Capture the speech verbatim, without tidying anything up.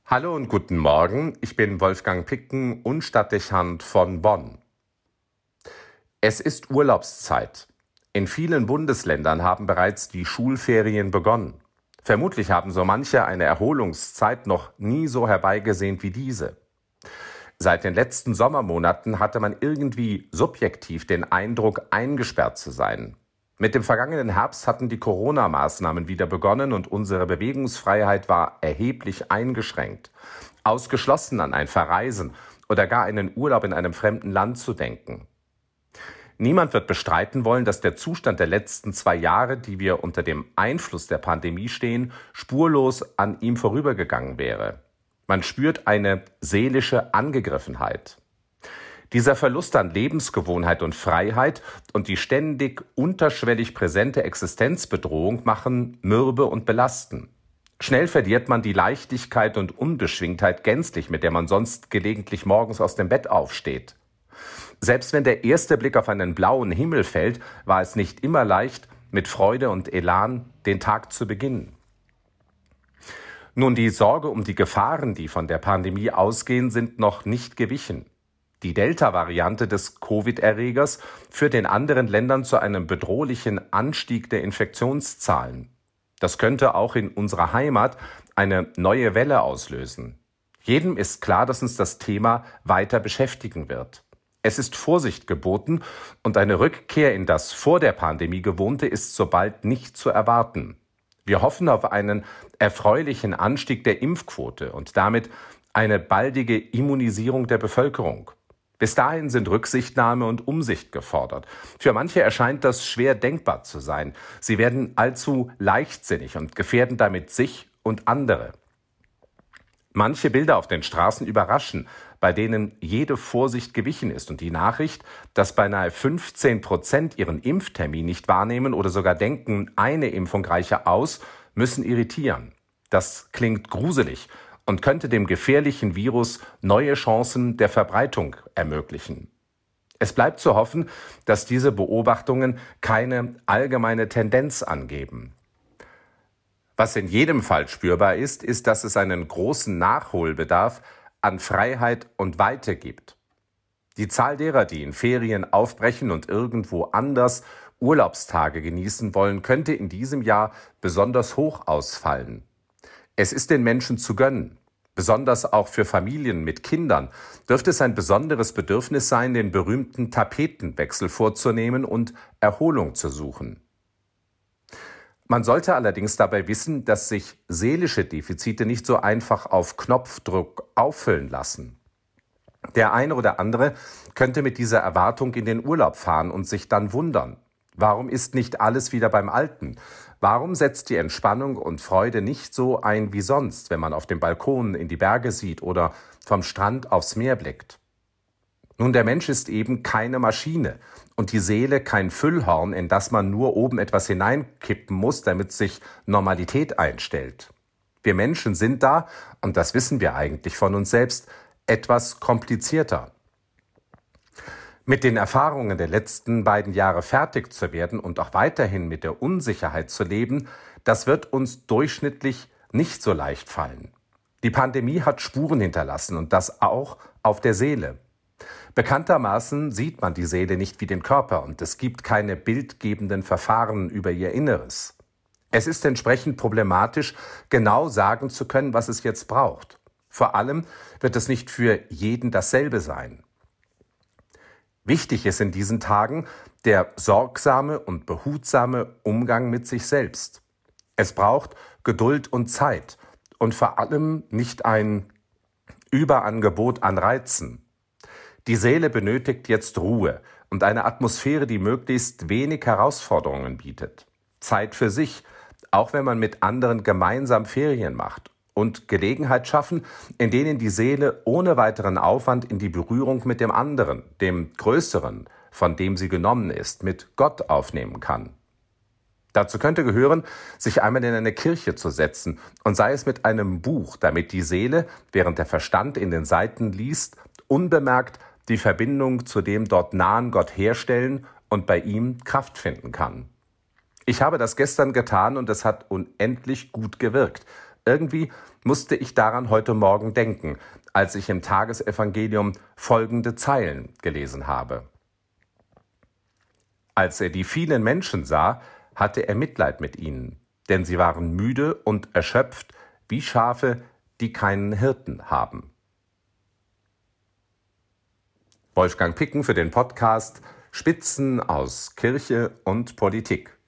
Hallo und guten Morgen, ich bin Wolfgang Picken und Stadtdechant von Bonn. Es ist Urlaubszeit. In vielen Bundesländern haben bereits die Schulferien begonnen. Vermutlich haben so manche eine Erholungszeit noch nie so herbeigesehnt wie diese. Seit den letzten Sommermonaten hatte man irgendwie subjektiv den Eindruck, eingesperrt zu sein. Mit dem vergangenen Herbst hatten die Corona-Maßnahmen wieder begonnen und unsere Bewegungsfreiheit war erheblich eingeschränkt. Ausgeschlossen, an ein Verreisen oder gar einen Urlaub in einem fremden Land zu denken. Niemand wird bestreiten wollen, dass der Zustand der letzten zwei Jahre, die wir unter dem Einfluss der Pandemie stehen, spurlos an ihm vorübergegangen wäre. Man spürt eine seelische Angegriffenheit. Dieser Verlust an Lebensgewohnheit und Freiheit und die ständig unterschwellig präsente Existenzbedrohung machen mürbe und belasten. Schnell verliert man die Leichtigkeit und Unbeschwingtheit gänzlich, mit der man sonst gelegentlich morgens aus dem Bett aufsteht. Selbst wenn der erste Blick auf einen blauen Himmel fällt, war es nicht immer leicht, mit Freude und Elan den Tag zu beginnen. Nun, die Sorge um die Gefahren, die von der Pandemie ausgehen, sind noch nicht gewichen. Die Delta-Variante des Covid-Erregers führt in anderen Ländern zu einem bedrohlichen Anstieg der Infektionszahlen. Das könnte auch in unserer Heimat eine neue Welle auslösen. Jedem ist klar, dass uns das Thema weiter beschäftigen wird. Es ist Vorsicht geboten und eine Rückkehr in das vor der Pandemie Gewohnte ist so bald nicht zu erwarten. Wir hoffen auf einen erfreulichen Anstieg der Impfquote und damit eine baldige Immunisierung der Bevölkerung. Bis dahin sind Rücksichtnahme und Umsicht gefordert. Für manche erscheint das schwer denkbar zu sein. Sie werden allzu leichtsinnig und gefährden damit sich und andere. Manche Bilder auf den Straßen überraschen, bei denen jede Vorsicht gewichen ist. Und die Nachricht, dass beinahe fünfzehn Prozent ihren Impftermin nicht wahrnehmen oder sogar denken, eine Impfung reiche aus, müssen irritieren. Das klingt gruselig und könnte dem gefährlichen Virus neue Chancen der Verbreitung ermöglichen. Es bleibt zu hoffen, dass diese Beobachtungen keine allgemeine Tendenz angeben. Was in jedem Fall spürbar ist, ist, dass es einen großen Nachholbedarf an Freiheit und Weite gibt. Die Zahl derer, die in Ferien aufbrechen und irgendwo anders Urlaubstage genießen wollen, könnte in diesem Jahr besonders hoch ausfallen. Es ist den Menschen zu gönnen. Besonders auch für Familien mit Kindern dürfte es ein besonderes Bedürfnis sein, den berühmten Tapetenwechsel vorzunehmen und Erholung zu suchen. Man sollte allerdings dabei wissen, dass sich seelische Defizite nicht so einfach auf Knopfdruck auffüllen lassen. Der eine oder andere könnte mit dieser Erwartung in den Urlaub fahren und sich dann wundern. Warum ist nicht alles wieder beim Alten? Warum setzt die Entspannung und Freude nicht so ein wie sonst, wenn man auf dem Balkon in die Berge sieht oder vom Strand aufs Meer blickt? Nun, der Mensch ist eben keine Maschine und die Seele kein Füllhorn, in das man nur oben etwas hineinkippen muss, damit sich Normalität einstellt. Wir Menschen sind da, und das wissen wir eigentlich von uns selbst, etwas komplizierter. Mit den Erfahrungen der letzten beiden Jahre fertig zu werden und auch weiterhin mit der Unsicherheit zu leben, das wird uns durchschnittlich nicht so leicht fallen. Die Pandemie hat Spuren hinterlassen und das auch auf der Seele. Bekanntermaßen sieht man die Seele nicht wie den Körper und es gibt keine bildgebenden Verfahren über ihr Inneres. Es ist entsprechend problematisch, genau sagen zu können, was es jetzt braucht. Vor allem wird es nicht für jeden dasselbe sein. Wichtig ist in diesen Tagen der sorgsame und behutsame Umgang mit sich selbst. Es braucht Geduld und Zeit und vor allem nicht ein Überangebot an Reizen. Die Seele benötigt jetzt Ruhe und eine Atmosphäre, die möglichst wenig Herausforderungen bietet. Zeit für sich, auch wenn man mit anderen gemeinsam Ferien macht. Und Gelegenheit schaffen, in denen die Seele ohne weiteren Aufwand in die Berührung mit dem anderen, dem Größeren, von dem sie genommen ist, mit Gott aufnehmen kann. Dazu könnte gehören, sich einmal in eine Kirche zu setzen und sei es mit einem Buch, damit die Seele, während der Verstand in den Seiten liest, unbemerkt die Verbindung zu dem dort nahen Gott herstellen und bei ihm Kraft finden kann. Ich habe das gestern getan und es hat unendlich gut gewirkt. Irgendwie musste ich daran heute Morgen denken, als ich im Tagesevangelium folgende Zeilen gelesen habe. Als er die vielen Menschen sah, hatte er Mitleid mit ihnen, denn sie waren müde und erschöpft wie Schafe, die keinen Hirten haben. Wolfgang Picken für den Podcast Spitzen aus Kirche und Politik.